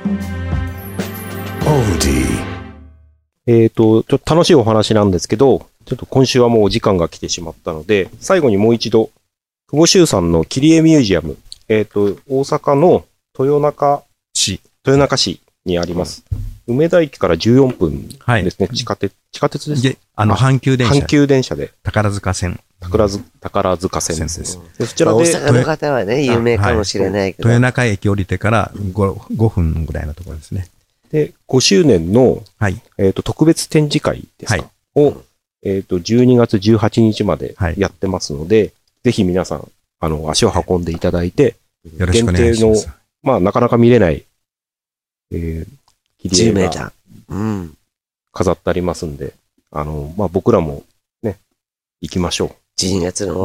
ちょっと楽しいお話なんですけど、ちょっと今週はもうお時間が来てしまったので、最後にもう一度、久保修さんの切り絵ミュージアム、大阪の豊中市にあります。梅田駅から14分ですね。地下鉄ですね。 阪急電車で。宝塚線ですね。そちらで。 大阪の方はね、有名かもしれないけど。 豊中駅降りてから5分ぐらいのところですね。 で、5周年の、特別展示会ですか、を、12月18日までやってますので、ぜひ皆さん、足を運んでいただいて、 よろしくお願いします。 限定の、なかなか見れない、切り絵が飾ってありますんで、僕らもね、行きましょう。 12月の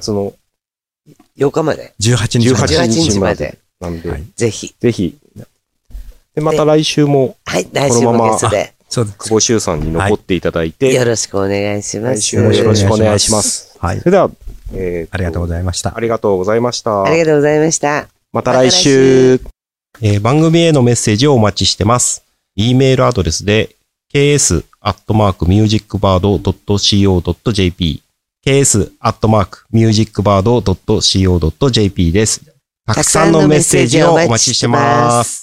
8日まで。18 日まで。 なんで、 ぜひ。 で、また来週も、 来週もゲストで。 久保修さんに残っていただいて、 よろしくお願いします。 来週もよろしくお願いします。 はい。 それでは、 ありがとうございました。 ありがとうございました。 ありがとうございました。 また来週。番組へのメッセージをお待ちしてます。e メールアドレスで ks@musicbird.co.jp ks@musicbird.co.jp です。たくさんのメッセージをお待ちしてます。